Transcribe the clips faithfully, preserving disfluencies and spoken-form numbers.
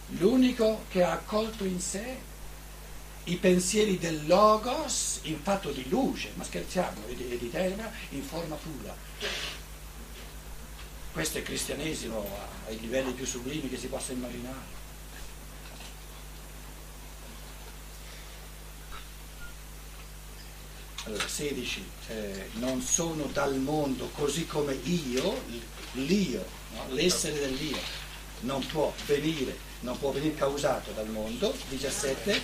l'unico che ha accolto in sé i pensieri del Logos in fatto di luce, ma scherziamo, e di, e di tenebra in forma pura. Questo è il cristianesimo ai livelli più sublimi che si possa immaginare. Allora, sedici, eh, non sono dal mondo così come io, l'io, no? L'essere dell'io, non può venire, non può venire causato dal mondo. diciassette.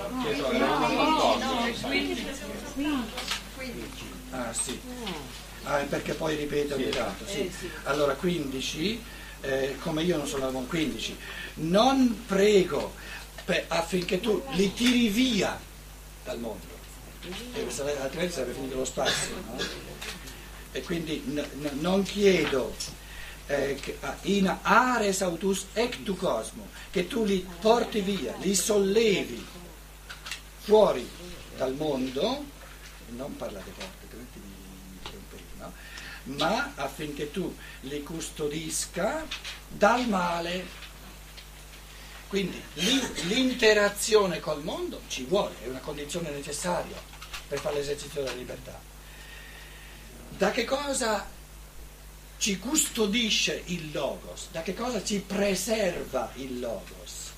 Ah sì, ah, perché poi ripete ogni tanto, sì. Allora quindici, eh, come io non sono dal mondo, quindici, non prego per, affinché tu li tiri via dal mondo. E altrimenti sarebbe finito lo spazio, no? E quindi n- n- non chiedo eh, in ares autus ectu cosmo, che tu li porti via, li sollevi fuori dal mondo, non parlate forte, altrimenti mi interrompete, no? Ma affinché tu li custodisca dal male. Quindi l'interazione col mondo ci vuole, è una condizione necessaria per fare l'esercizio della libertà. Da che cosa ci custodisce il Logos? Da che cosa ci preserva il Logos?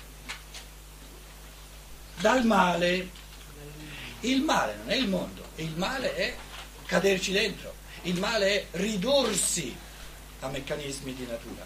Dal male. Il male non è il mondo, il male è caderci dentro, il male è ridursi a meccanismi di natura.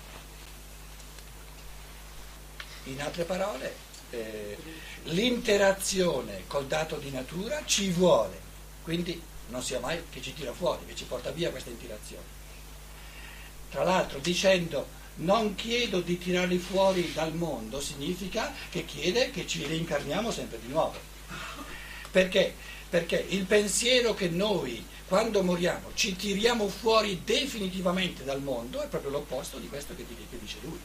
In altre parole, eh, l'interazione col dato di natura ci vuole, quindi non sia mai che ci tira fuori, che ci porta via questa interazione. Tra l'altro dicendo non chiedo di tirarli fuori dal mondo significa che chiede che ci reincarniamo sempre di nuovo. Perché? Perché il pensiero che noi quando moriamo ci tiriamo fuori definitivamente dal mondo è proprio l'opposto di questo che dice lui.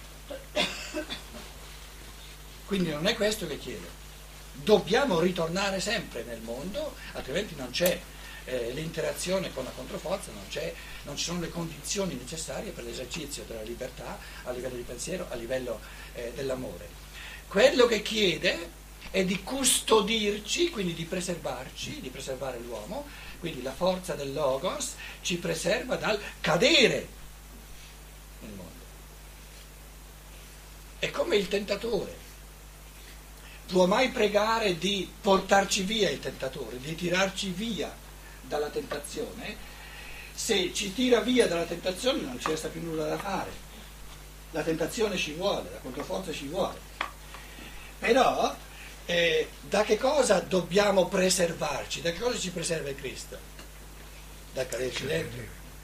Quindi non è questo che chiede. Dobbiamo ritornare sempre nel mondo, altrimenti non c'è eh, l'interazione con la controforza, non, c'è, non ci sono le condizioni necessarie per l'esercizio della libertà a livello di pensiero, a livello eh, dell'amore. Quello che chiede è di custodirci, quindi di preservarci, di preservare l'uomo, quindi la forza del Logos ci preserva dal cadere nel mondo. È come il tentatore. Può mai pregare di portarci via il tentatore, di tirarci via dalla tentazione? Se ci tira via dalla tentazione non ci resta più nulla da fare. La tentazione ci vuole, la controforza ci vuole. Però eh, da che cosa dobbiamo preservarci? Da che cosa ci preserva il Cristo? Dal caderci dentro.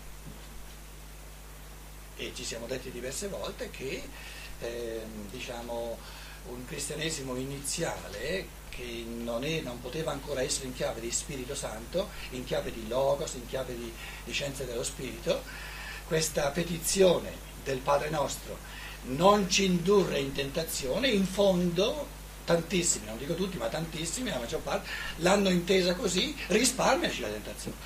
E ci siamo detti diverse volte che eh, diciamo un cristianesimo iniziale che non, è, non poteva ancora essere in chiave di Spirito Santo, in chiave di Logos, in chiave di, di scienza dello Spirito, questa petizione del Padre nostro, non ci indurre in tentazione, in fondo tantissimi, non dico tutti ma tantissimi, la maggior parte, l'hanno intesa così, risparmiaci la tentazione.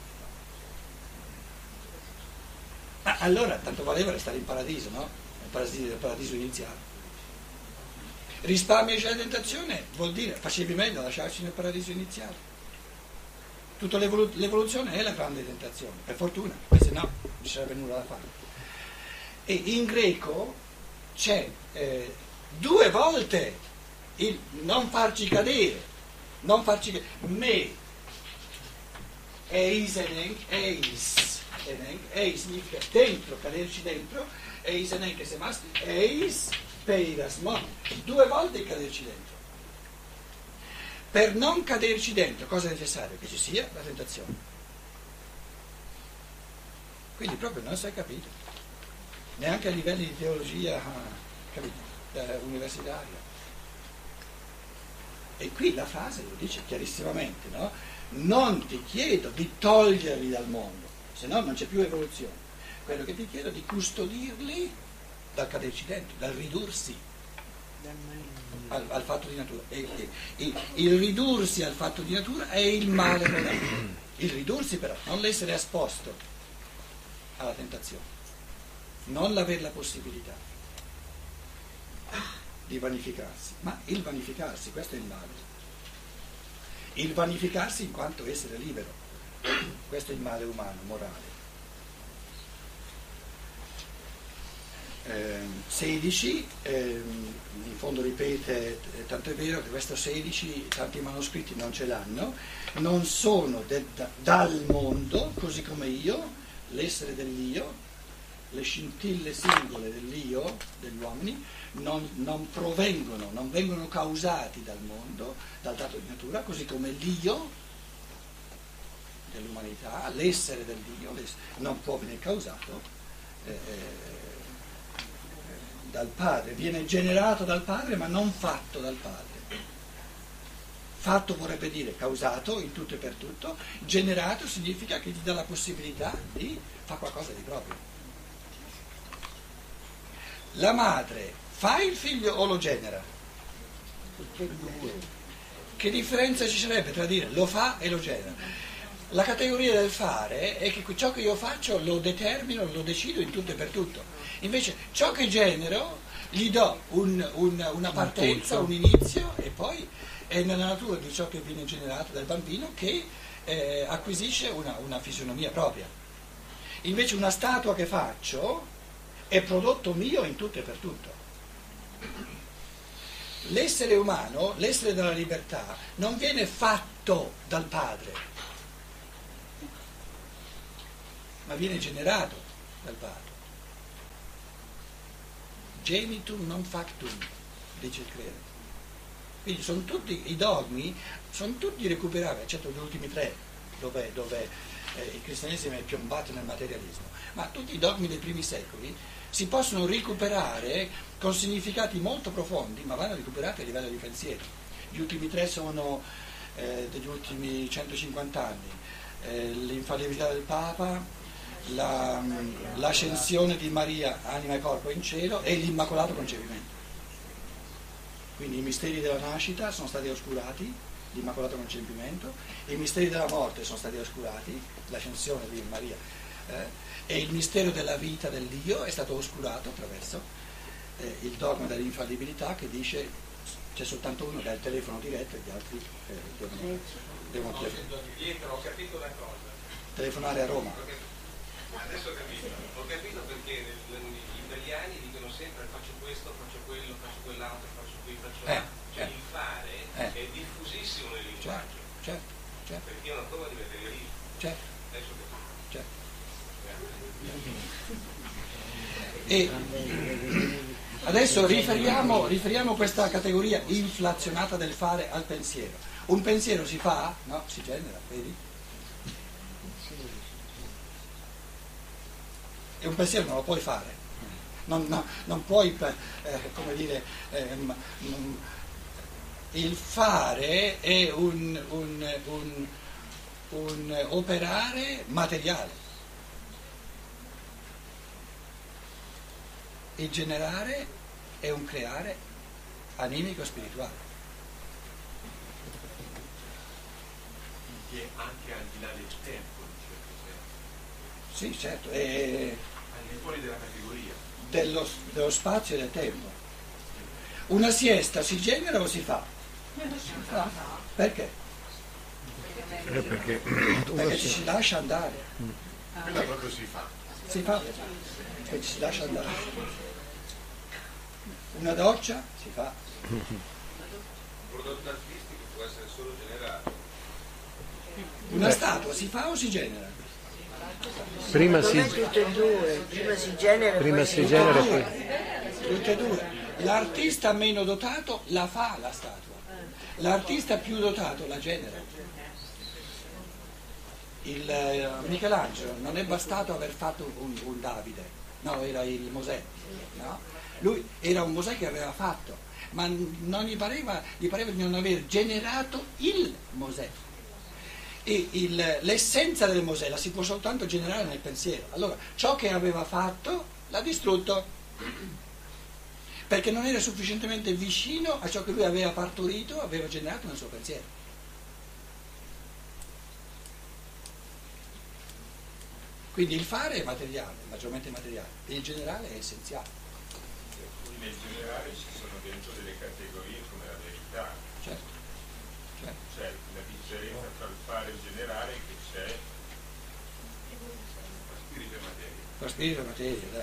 Ah, allora tanto valeva restare in paradiso, no? Nel paradiso, nel paradiso iniziale. Risparmiaci la tentazione vuol dire facevi meglio a lasciarci nel paradiso iniziale. Tutta l'evolu- l'evoluzione è la grande tentazione, per fortuna, perché se no non ci sarebbe nulla da fare. E in greco c'è eh, due volte il non farci cadere, non farci cadere, me, eisenen, eis, eis significa dentro, caderci dentro, eisenen che se mas, eis, peirasmon, due volte caderci dentro. Per non caderci dentro, cosa è necessario? Che ci sia la tentazione. Quindi proprio non si è capito, neanche a livelli di teologia capito, eh, universitaria. E qui la frase lo dice chiarissimamente, no? Non ti chiedo di toglierli dal mondo, se no non c'è più evoluzione. Quello che ti chiedo è di custodirli dal caderci dentro, dal ridursi al, al fatto di natura. E, e, il ridursi al fatto di natura è il male però. Il ridursi però, non l'essere esposto alla tentazione, non l'aver la possibilità. di vanificarsi, ma il vanificarsi, questo è il male. Il vanificarsi in quanto essere libero, questo è il male umano, morale. Eh, sedici, eh, in fondo ripete, tanto è vero che questo sedici, tanti manoscritti non ce l'hanno, non sono de, da, dal mondo, così come io, l'essere dell'io, le scintille singole dell'io, degli uomini, non, non provengono, non vengono causati dal mondo, dal dato di natura, così come l'io dell'umanità, l'essere dell'io, l'essere, non può venire causato eh, dal padre, viene generato dal padre ma non fatto dal padre. Fatto vorrebbe dire causato in tutto e per tutto, generato significa che ti dà la possibilità di fare qualcosa di proprio. La madre fa il figlio o lo genera? Che differenza ci sarebbe tra dire lo fa e lo genera? La categoria del fare è che ciò che io faccio lo determino, lo decido in tutto e per tutto. Invece ciò che genero gli do un, un, una partenza, un inizio, e poi è nella natura di ciò che viene generato dal bambino che eh, acquisisce una, una fisionomia propria. Invece una statua che faccio è prodotto mio in tutto e per tutto. L'essere umano, l'essere della libertà, non viene fatto dal padre, ma viene generato dal padre. Genitum non factum, dice il credo. Quindi sono tutti i dogmi, sono tutti recuperabili, eccetto gli ultimi tre, dove, dove eh, il cristianesimo è piombato nel materialismo, ma tutti i dogmi dei primi secoli si possono recuperare con significati molto profondi, ma vanno recuperati a livello di pensiero. Gli ultimi tre sono eh, degli ultimi centocinquanta anni, eh, l'infallibilità del Papa, la, l'ascensione di Maria, anima e corpo in cielo, e l'immacolato concepimento. Quindi i misteri della nascita sono stati oscurati, l'immacolato concepimento, i misteri della morte sono stati oscurati, l'ascensione di Maria, eh, e il mistero della vita dell'io è stato oscurato attraverso eh, il dogma dell'infallibilità, che dice c'è soltanto uno che ha il telefono diretto e gli altri eh, devono, devono telefonare. Pietro, ho capito una cosa. Telefonare a Roma. Adesso ho capito, ho capito perché gli italiani dicono sempre faccio questo, faccio quello, faccio quell'altro, faccio qui, faccio eh, l'altro. Cioè eh, il fare eh. è diffusissimo nel linguaggio. Certo, certo, certo. Perché è una prova di materialismo. Certo. Adesso ho capito. Certo. E adesso riferiamo, riferiamo questa categoria inflazionata del fare al pensiero. Un pensiero si fa? No, si genera, vedi? E un pensiero non lo puoi fare, non, no, non puoi, eh, come dire, eh, il fare è un, un, un, un operare materiale. Il generare è un creare animico spirituale. Che anche al di là del tempo, in certo senso. Sì, certo, è al di fuori della categoria. Dello, dello spazio e del tempo. Una siesta si genera o si fa? Si fa. Perché? Eh, perché Perché ci si lascia andare. Quello proprio si fa. Si fa, perché ci si lascia andare. Una doccia si fa. Un prodotto artistico può essere solo generato. Una statua si fa o si genera? prima si, Non è tutte e due, prima si genera e prima poi si genera poi. Tutte e due. L'artista meno dotato la fa la statua. L'artista più dotato la genera. Il eh, Michelangelo non è bastato aver fatto un, un Davide, no, era il Mosè, no? Lui era un Mosè che aveva fatto, ma non gli pareva, gli pareva di non aver generato il Mosè. E il, l'essenza del Mosè la si può soltanto generare nel pensiero. Allora, ciò che aveva fatto l'ha distrutto, perché non era sufficientemente vicino a ciò che lui aveva partorito, aveva generato nel suo pensiero. Quindi il fare è materiale, maggiormente materiale, e il generale è essenziale. Nel generale ci sono dentro delle spirito e materia, dai,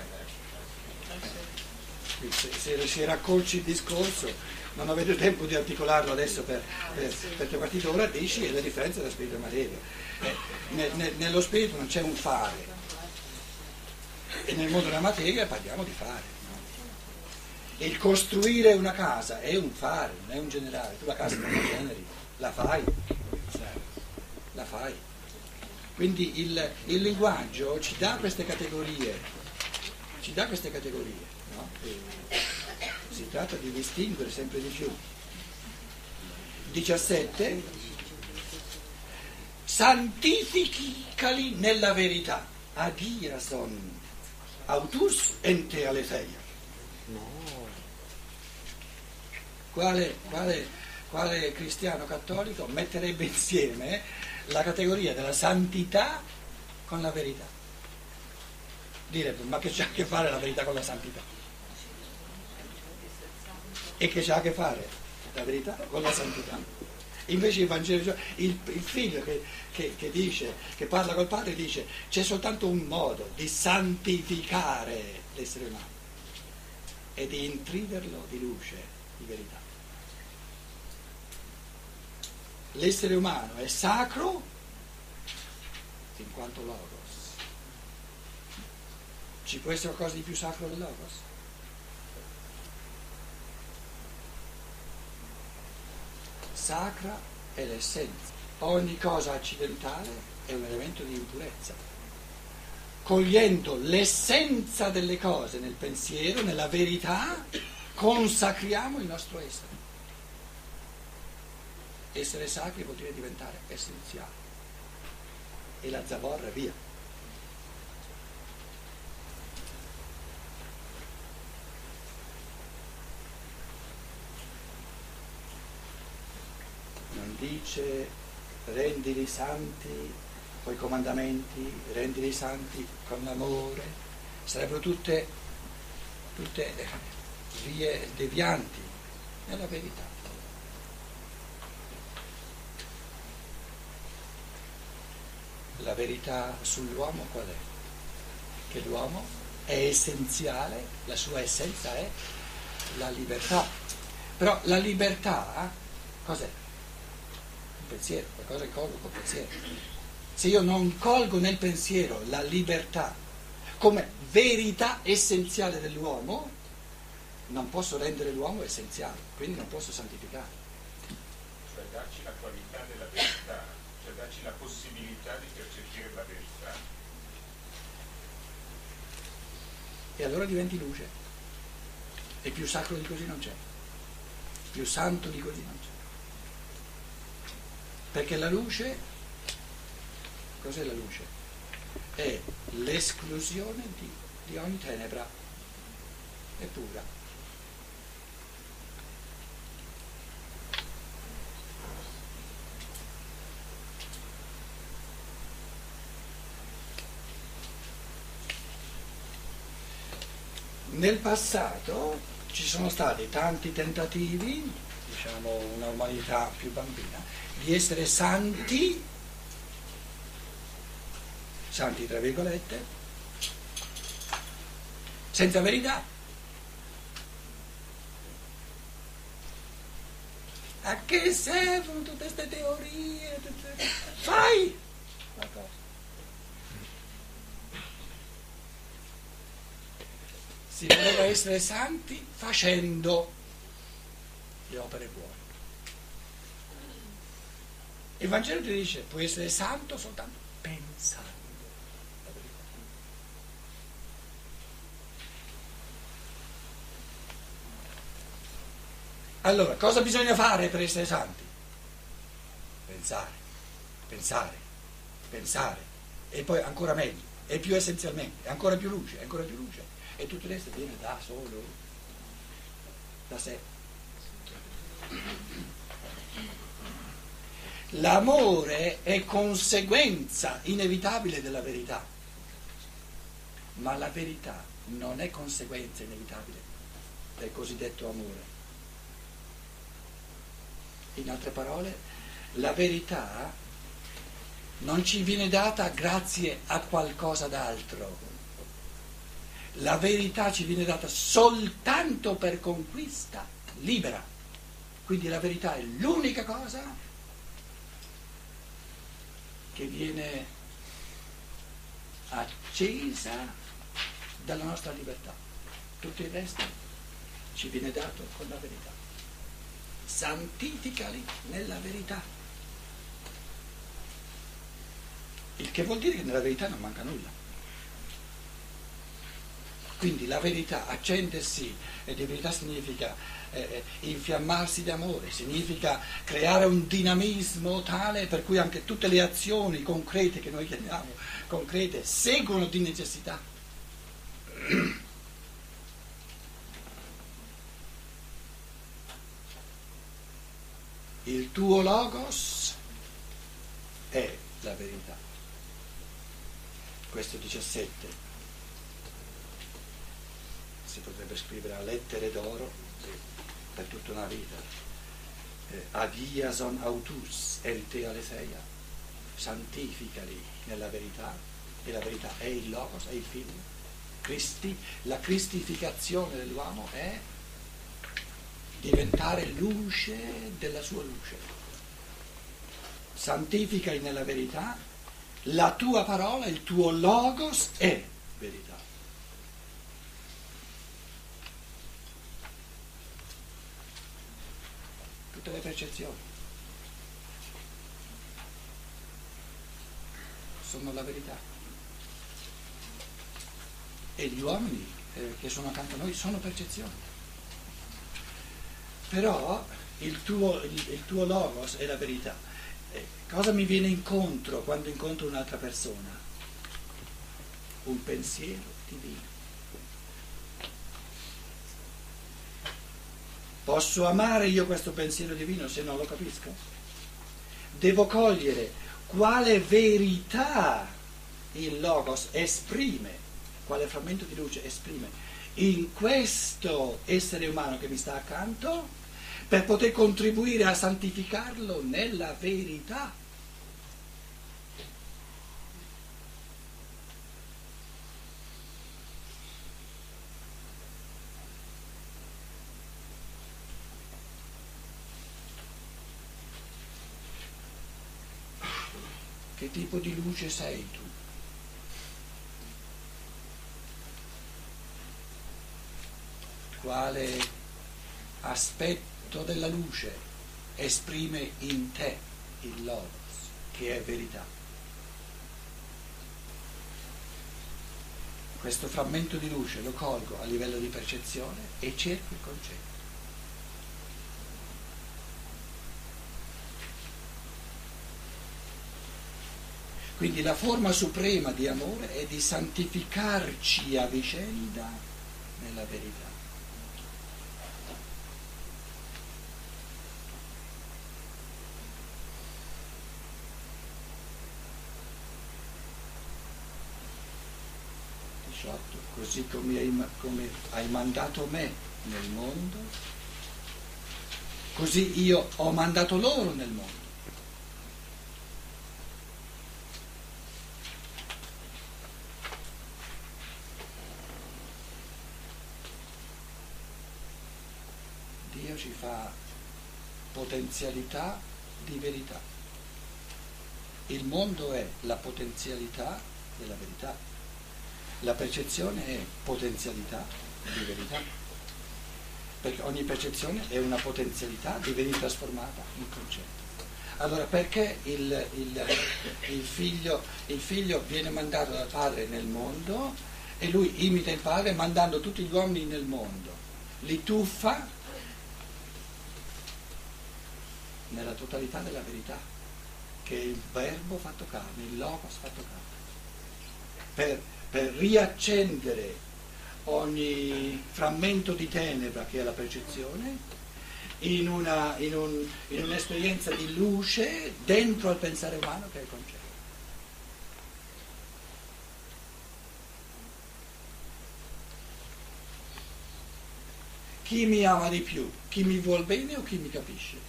dai. Se, se, se raccolci il discorso, non avete tempo di articolarlo adesso per, per, perché partito ora dici è la differenza tra spirito e materia. Eh, ne, ne, nello spirito non c'è un fare e nel mondo della materia parliamo di fare. No? Il costruire una casa è un fare, non è un generare. Tu la casa non la generi, la fai, la fai. Quindi il, il linguaggio ci dà queste categorie, ci dà queste categorie, no? E si tratta di distinguere sempre di più. diciassette. Santificali nella verità. Agiason autus ente aletheia. Quale, quale, quale cristiano cattolico metterebbe insieme la categoria della santità con la verità? Direbbe, ma che c'ha a che fare la verità con la santità? E che c'ha a che fare la verità con la santità? Invece il Vangelo, il, il figlio che, che, che dice, che parla col padre dice c'è soltanto un modo di santificare l'essere umano e di intriderlo di luce, di verità. L'essere umano è sacro in quanto logos. Ci può essere qualcosa di più sacro del logos? Sacra è l'essenza. Ogni cosa accidentale è un elemento di impurezza. Cogliendo l'essenza delle cose nel pensiero, nella verità, consacriamo il nostro essere. Essere sacri vuol dire diventare essenziale. E la zavorra via. Non dice rendili santi con i comandamenti, rendili santi con l'amore. Sarebbero tutte, tutte vie devianti nella verità. La verità sull'uomo qual è? Che l'uomo è essenziale, la sua essenza è la libertà. Però la libertà cos'è? Il pensiero, qualcosa che colgo col pensiero. Se io non colgo nel pensiero la libertà come verità essenziale dell'uomo, non posso rendere l'uomo essenziale, quindi non posso santificare. Cioè darci la qualità della verità, cioè darci la possibilità di percepire la verità. E allora diventi luce. E più sacro di così non c'è. Più santo di così non c'è. Perché la luce, cos'è la luce? È l'esclusione di, di ogni tenebra. È pura. Nel passato ci sono stati tanti tentativi, diciamo una umanità più bambina, di essere santi, santi tra virgolette, senza verità. A che servono tutte queste teorie? Tutte... Fai la cosa. Si doveva essere santi facendo le opere buone. Il Vangelo ti dice puoi essere santo soltanto pensando la verità. Allora, cosa bisogna fare per essere santi? Pensare, pensare, pensare, e poi ancora meglio, e più essenzialmente, ancora più luce, ancora più luce. E tutto il resto viene da solo, da sé. L'amore è conseguenza inevitabile della verità, ma la verità non è conseguenza inevitabile del cosiddetto amore. In altre parole, la verità non ci viene data grazie a qualcosa d'altro. La verità ci viene data soltanto per conquista libera. Quindi la verità è l'unica cosa che viene accesa dalla nostra libertà. Tutto il resto ci viene dato con la verità. Santificali nella verità. Il che vuol dire che nella verità non manca nulla. Quindi la verità, accendersi, e di verità significa eh, infiammarsi di amore, significa creare un dinamismo tale per cui anche tutte le azioni concrete che noi chiamiamo concrete seguono di necessità. Il tuo logos è la verità. Questo diciassette si potrebbe scrivere a lettere d'oro per tutta una vita. Eh, Adiason autus el te aletheia, santificali nella verità, e la verità è il logos, è il figlio. Cristi, la cristificazione dell'uomo è diventare luce della sua luce. Santificali nella verità, la tua parola, il tuo logos è verità. Tutte le percezioni sono la verità. E gli uomini eh, che sono accanto a noi sono percezioni. Però il tuo, il, il tuo logos è la verità. Eh, cosa mi viene incontro quando incontro un'altra persona? Un pensiero divino. Posso amare io questo pensiero divino se non lo capisco? Devo cogliere quale verità il logos esprime, quale frammento di luce esprime in questo essere umano che mi sta accanto, per poter contribuire a santificarlo nella verità. Che tipo di luce sei tu? Quale aspetto della luce esprime in te il logos, che è verità? Questo frammento di luce lo colgo a livello di percezione e cerco il concetto. Quindi la forma suprema di amore è di santificarci a vicenda nella verità. diciotto. Così come hai, come hai mandato me nel mondo, così io ho mandato loro nel mondo. Dio ci fa potenzialità di verità. Il mondo è la potenzialità della verità. La percezione è potenzialità di verità. Perché ogni percezione è una potenzialità di venire trasformata in concetto. Allora perché il, il, il, figlio, il figlio viene mandato dal padre nel mondo e lui imita il padre mandando tutti gli uomini nel mondo, li tuffa nella totalità della verità, che è il verbo fatto carne, il logos fatto carne, per, per riaccendere ogni frammento di tenebra che è la percezione in, una, in, un, in un'esperienza di luce dentro al pensare umano che è il concetto. Chi mi ama di più? Chi mi vuol bene o chi mi capisce?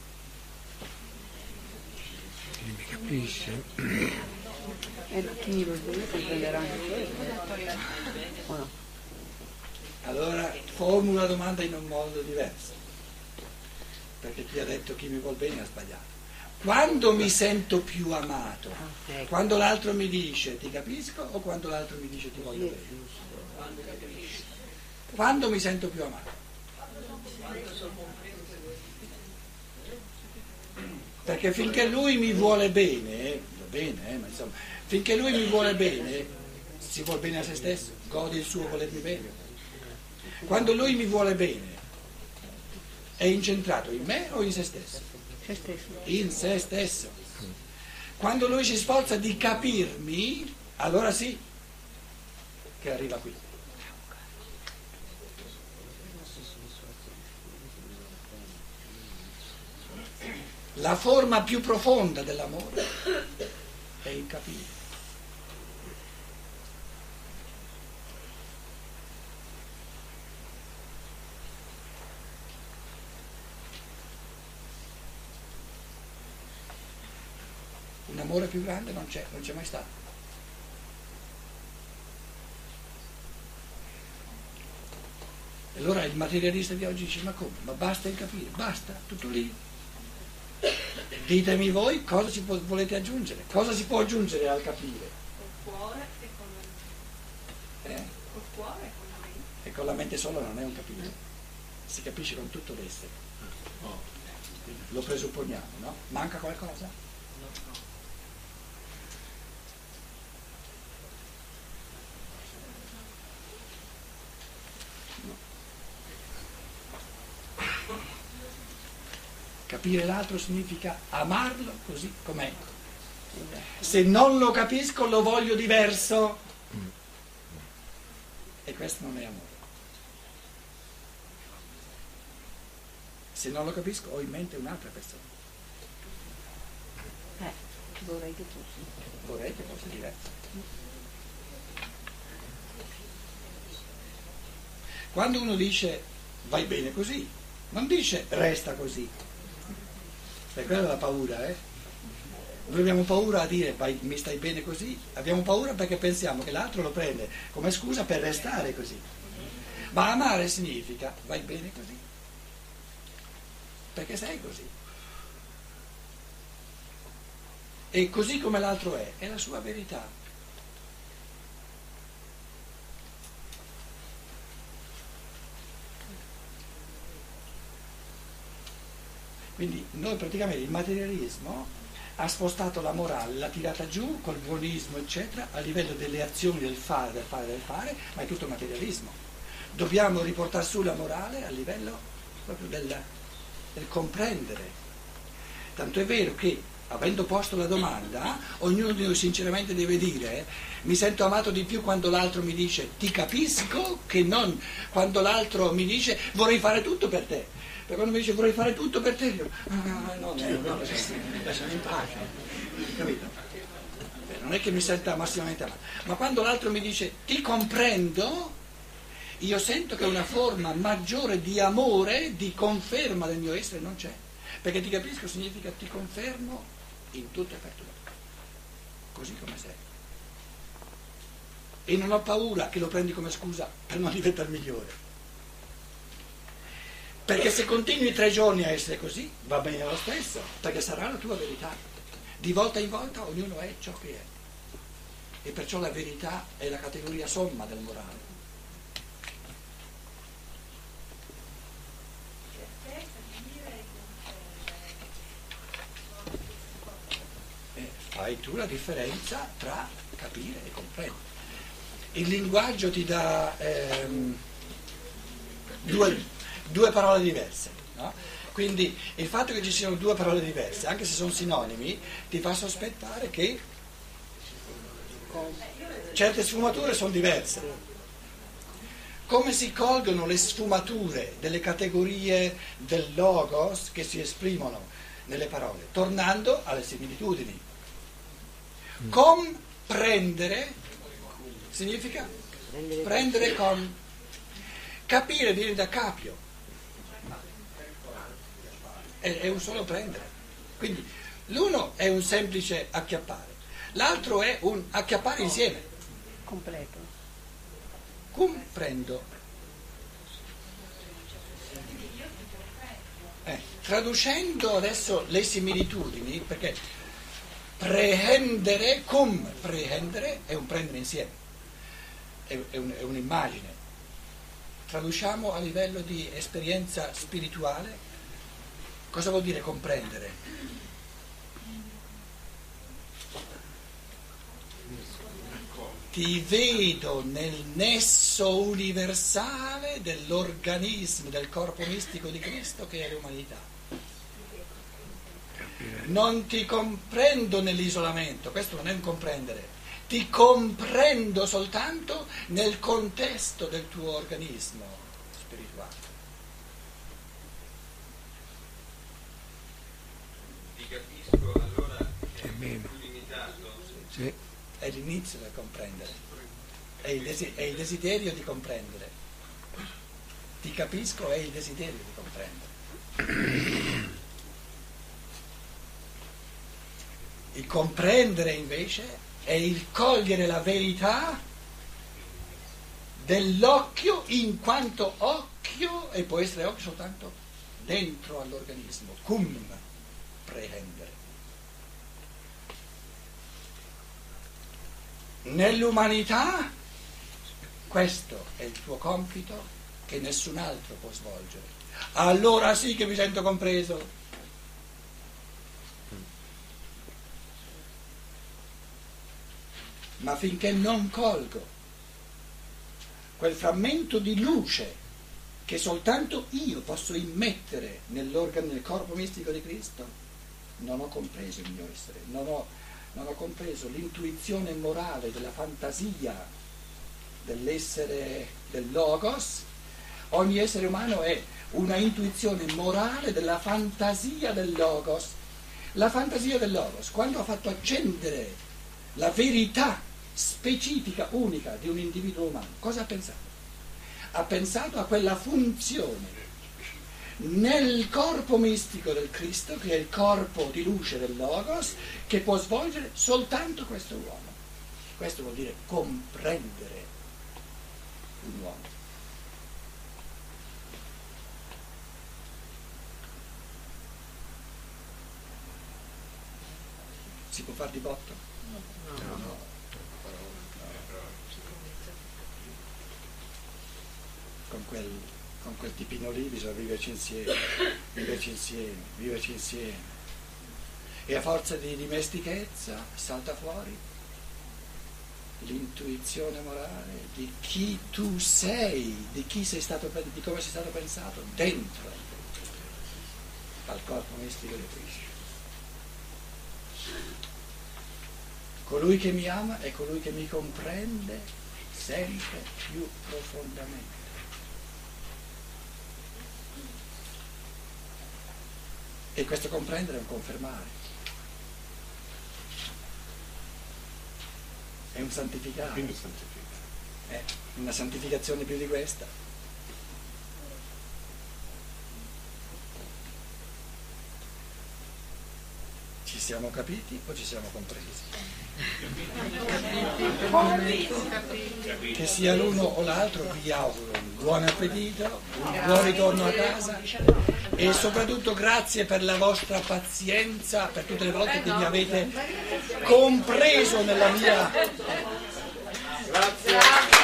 Chi mi capisce? E chi mi vuol bene si prenderà anche quello. O no? Allora formulo la domanda in un modo diverso, perché chi ha detto chi mi vuol bene ha sbagliato. Quando mi sento più amato? Quando l'altro mi dice ti capisco o quando l'altro mi dice ti voglio bene? Quando mi sento più amato? Perché finché lui mi vuole bene, va bene, eh, ma insomma, finché lui mi vuole bene, si vuol bene a se stesso, gode il suo volermi bene. Quando lui mi vuole bene, è incentrato in me o in se stesso? Se stesso. In se stesso. Quando lui si sforza di capirmi, allora sì che arriva qui. La forma più profonda dell'amore è il capire. Un amore più grande non c'è, non c'è mai stato. E allora il materialista di oggi dice: ma come? Ma basta il capire, basta, tutto lì. Ditemi voi cosa ci po- volete aggiungere, cosa si può aggiungere al capire? Col cuore e con la mente. Eh? Col cuore e con la mente. E con la mente sola non è un capire, si capisce con tutto l'essere. Lo presupponiamo, no? Manca qualcosa? Capire l'altro significa amarlo così com'è. Se non lo capisco lo voglio diverso. E questo non è amore. Se non lo capisco ho in mente un'altra persona. Eh, vorrei che fosse. Vorrei che fosse diverso. Quando uno dice vai bene così, non dice resta così. Per quella è la paura, eh? Noi abbiamo paura a dire vai, mi stai bene così, abbiamo paura perché pensiamo che l'altro lo prende come scusa per restare così. Ma amare significa vai bene così, perché sei così. E così come l'altro è, è la sua verità. Quindi noi praticamente il materialismo ha spostato la morale, l'ha tirata giù col buonismo eccetera a livello delle azioni del fare, del fare, del fare, ma è tutto materialismo. Dobbiamo riportare su la morale a livello proprio del, del comprendere. Tanto è vero che, avendo posto la domanda, ognuno di noi sinceramente deve dire mi sento amato di più quando l'altro mi dice ti capisco, che non quando l'altro mi dice vorrei fare tutto per te. Perché quando mi dice vorrei fare tutto per te, io ah, no, no, no, lasciami in pace, capito? Beh, non è che mi senta massimamente amato, ma quando l'altro mi dice ti comprendo, io sento che una forma maggiore di amore, di conferma del mio essere non c'è, perché ti capisco significa ti confermo in tutto e per tutto, così come sei. E non ho paura che lo prendi come scusa per non diventare migliore. Perché se continui tre giorni a essere così, va bene lo stesso, perché sarà la tua verità. Di volta in volta ognuno è ciò che è. E perciò la verità è la categoria somma del morale. E fai tu la differenza tra capire e comprendere. Il linguaggio ti dà ehm, due... due parole diverse, no? Quindi il fatto che ci siano due parole diverse, anche se sono sinonimi, ti fa sospettare che certe sfumature sono diverse. Come si colgono le sfumature delle categorie del logos che si esprimono nelle parole? Tornando alle similitudini. Comprendere significa prendere con. Capire viene da capio. È un solo prendere. Quindi l'uno è un semplice acchiappare, l'altro è un acchiappare insieme. Completo. Comprendo. traducendo adesso le similitudini, perché prehendere, cum prehendere è un prendere insieme, è, è, un, è un'immagine. Traduciamo a livello di esperienza spirituale, cosa vuol dire comprendere? Ti vedo nel nesso universale dell'organismo, del corpo mistico di Cristo che è l'umanità. Non ti comprendo nell'isolamento, questo non è un comprendere, ti comprendo soltanto nel contesto del tuo organismo spirituale. Ti capisco allora che è meno. più limitato. Sì. È l'inizio del comprendere, è il, desi- è il desiderio di comprendere. Ti capisco è il desiderio di comprendere. Il comprendere invece è il cogliere la verità dell'occhio in quanto occhio, e può essere occhio soltanto dentro all'organismo, cum prehendere. Nell'umanità questo è il tuo compito che nessun altro può svolgere. Allora sì che mi sento compreso. Ma finché non colgo quel frammento di luce che soltanto io posso immettere nell'organo, nel corpo mistico di Cristo, non ho compreso il mio essere, non ho Non ho compreso l'intuizione morale della fantasia dell'essere del Logos. Ogni essere umano è una intuizione morale della fantasia del Logos. La fantasia del Logos, quando ha fatto accendere la verità specifica, unica di un individuo umano, cosa ha pensato? Ha pensato a quella funzione nel corpo mistico del Cristo, che è il corpo di luce del Logos, che può svolgere soltanto questo uomo. Questo vuol dire comprendere un uomo. Si può far di botto? No. no. no. Con quel con quel tipino lì bisogna viverci insieme, viverci insieme, viverci insieme. E a forza di dimestichezza salta fuori l'intuizione morale di chi tu sei, di chi sei stato, di come sei stato pensato dentro al corpo mistico di Cristo. Colui che mi ama è colui che mi comprende sempre più profondamente. E questo comprendere è un confermare, è un santificare, Quindi santifica. è una santificazione più di questa. Ci siamo capiti o ci siamo compresi? Che sia l'uno o l'altro, vi auguro un buon appetito, un buon ritorno a casa e soprattutto grazie per la vostra pazienza, per tutte le volte che mi avete compreso nella mia... Grazie.